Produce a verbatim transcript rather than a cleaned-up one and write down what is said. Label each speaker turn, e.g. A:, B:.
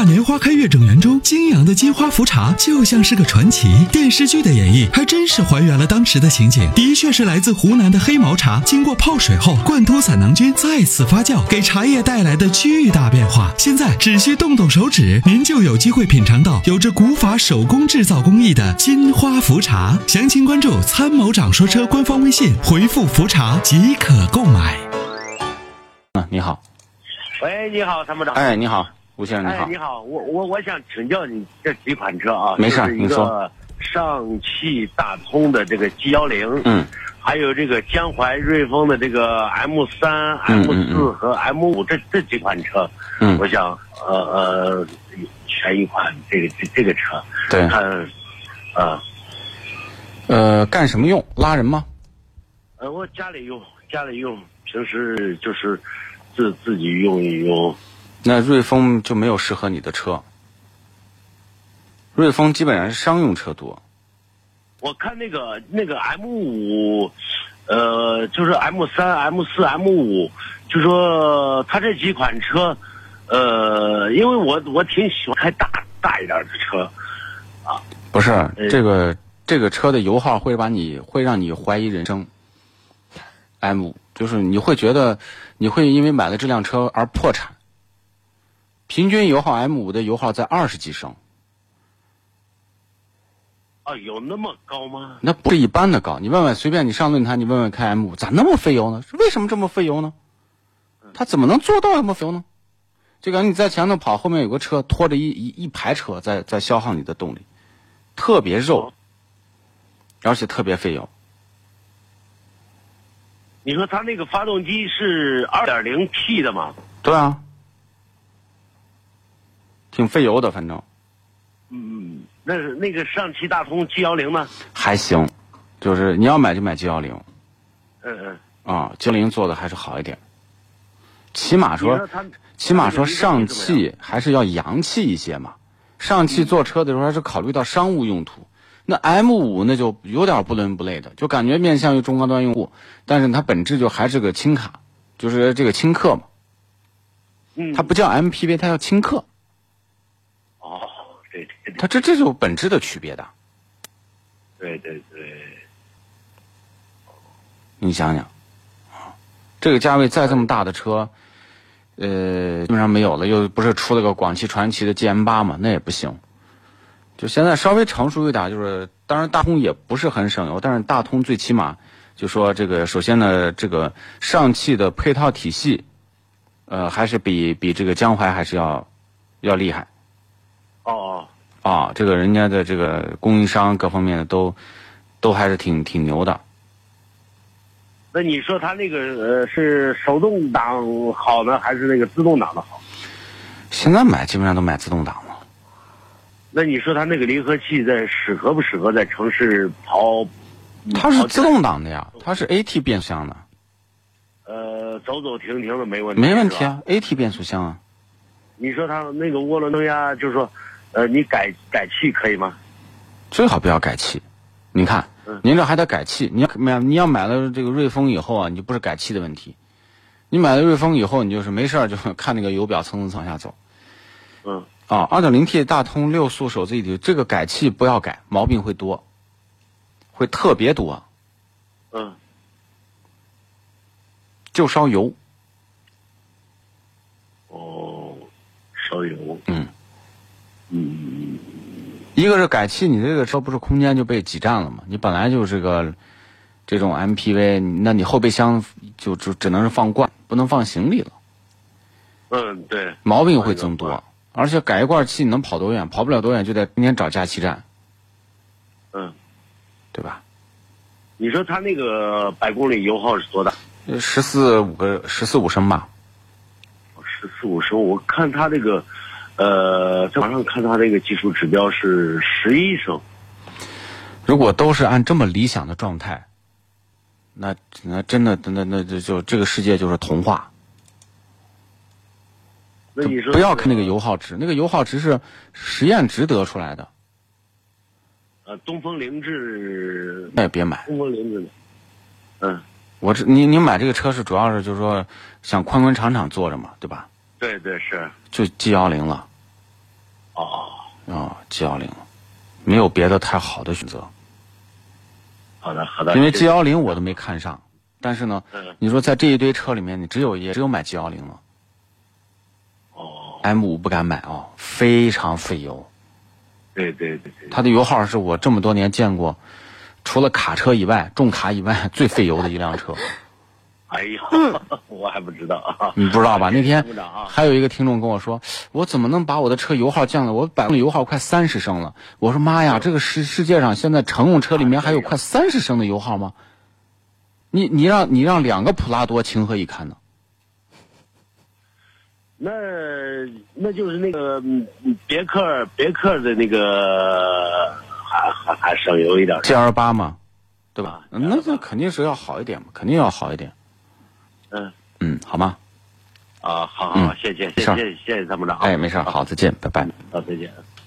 A: 大年花开月正圆中，泾阳的金花茯茶就像是个传奇。电视剧的演绎还真是还原了当时的情景，的确是来自湖南的黑毛茶，经过泡水后，灌脱散囊菌再次发酵，给茶叶带来的巨大变化。现在只需动动手指，您就有机会品尝到有着古法手工制造工艺的金花茯茶。详情关注参谋长说车官方微信，回复茯茶即可购买。
B: 嗯，你好。
C: 喂，你好，参谋长。
B: 哎，你好，吴先生，你好。
C: 哎，你好，我我我想请教你这几款车啊。
B: 没事，
C: 就是一
B: 你说。
C: 个上汽大通的这个 G 幺零，
B: 嗯，
C: 还有这个江淮瑞风的这个 M 三、M 四和 M 五这这几款车，
B: 嗯，
C: 我想呃呃选一款这个这这个车，
B: 对，
C: 看，呃，
B: 呃，干什么用？拉人吗？
C: 呃，我家里用，家里用，平时就是自自己用一用。
B: 那瑞风就没有适合你的车。瑞风基本上是商用车多。
C: 我看那个那个 M 五，呃，就是 M 三、M 四、M 五，就说它这几款车，呃，因为我我挺喜欢开大大一点的车，啊，
B: 不是、呃、这个这个车的油耗会把你会让你怀疑人生。M 五就是你会觉得你会因为买了这辆车而破产。平均油耗 M 五的油耗在二十几升。
C: 啊，有那么高吗？
B: 那不是一般的高。你问问，随便你上论坛，你问问开 M 五咋那么费油呢？为什么这么费油呢？它怎么能做到这么费油呢？就感觉你在前头跑，后面有个车拖着一一一排车在在消耗你的动力，特别肉，而且特别费油。
C: 你说它那个发动机是 二点零 T 的吗？
B: 对啊，挺费油的，反正。
C: 嗯，那那个上汽大通 G 幺零呢？
B: 还行，就是你要买就买 G 幺零。
C: 嗯嗯。
B: 啊 ，G 幺零做的还是好一点。起码说，起码说上汽还是要洋气一些嘛。上汽做车的时候还是考虑到商务用途。那 M 五那就有点不伦不类的，就感觉面向于中高端用户，但是它本质就还是个轻卡，就是这个轻客嘛。
C: 嗯。
B: 它不叫 M P V， 它叫轻客。
C: 哦，对对对。
B: 它这这就是本质的区别的。
C: 对对对。
B: 你想想，这个价位再这么大的车，呃，基本上没有了，又不是出了个广汽传祺的 G M 八嘛，那也不行。就现在稍微成熟一点，就是当然大通也不是很省油，但是大通最起码就说这个，首先呢，这个上汽的配套体系，呃，还是比比这个江淮还是要要厉害。
C: 哦
B: 哦。啊，这个人家的这个供应商各方面的都都还是挺挺牛的。
C: 那你说它那个呃是手动挡好呢，还是那个自动挡的好？
B: 现在买基本上都买自动挡了。
C: 那你说它那个离合器在适合不适合在城市跑？
B: 它是自动挡的呀，它是 A T 变速箱的。
C: 呃，走走停停的没问题。
B: 没问题啊 ，A T 变速箱啊。
C: 你说它那个涡轮增压，就是说，呃，你改改气可以吗？
B: 最好不要改气。你看，
C: 嗯、
B: 您这还得改气。你要买，你要买了这个瑞风以后啊，你就不是改气的问题。你买了瑞风以后，你就是没事就看那个油表蹭蹭往下走。
C: 嗯。
B: 啊 ，二点零 T 大通六速手自一体，这个改气不要改，毛病会多，会特别多。
C: 嗯。
B: 就烧油。
C: 哦，烧油。
B: 嗯。
C: 嗯。
B: 一个是改气，你这个车不是空间就被挤占了吗？你本来就是个这种 M P V， 那你后备箱就就只能是放罐，不能放行李了。
C: 嗯，对。
B: 毛病会增多。而且改一罐气你能跑多远？跑不了多远，就得天天找加气站。
C: 嗯，
B: 对吧？
C: 你说它那个百公里油耗是多大？
B: 十四五个十四五升吧。
C: 十四五升，我看它这个，呃，在网上看它这个技术指标是十一升。
B: 如果都是按这么理想的状态，那那真的那那就就这个世界就是童话。
C: 那你说
B: 不要看那个油耗值，那个油耗值是实验值得出来的。
C: 呃，东风凌志
B: 那也别买。
C: 东风凌志的，嗯，
B: 我这你你买这个车是主要是就是说想宽宽敞敞坐着嘛，对吧？
C: 对对是。
B: 就 G 幺零了。
C: 哦
B: 啊 ，G 幺零，没有别的太好的选择。
C: 好的好的。
B: 因为 G 幺零我都没看上，但是呢，
C: 嗯，
B: 你说在这一堆车里面，你只有也只有买 G 幺零了。
C: 哦
B: M 五不敢买啊，非常费油。
C: 对对对对。
B: 它的油耗是我这么多年见过，除了卡车以外，重卡以外最费油的一辆车。
C: 哎呀，我还不知道啊。
B: 你不知道吧？那天
C: 啊
B: 还有一个听众跟我说，我怎么能把我的车油耗降了？我百公里油耗快三十升了。我说妈呀，这个世世界上现在乘用车里面还有快三十升的油耗吗？你你让你让两个普拉多情何以堪呢？
C: 那那就是那个嗯别克别克的那个还还还省油一点
B: G 二八嘛，对吧？
C: 啊
B: 那就肯定是要好一点嘛，肯定要好一点。
C: 嗯
B: 嗯，好吗？
C: 啊，好好，
B: 嗯
C: 谢谢谢
B: 没事儿
C: 谢谢谢参谋长啊。
B: 哎，没事儿，好，再见，拜拜。
C: 好，再见。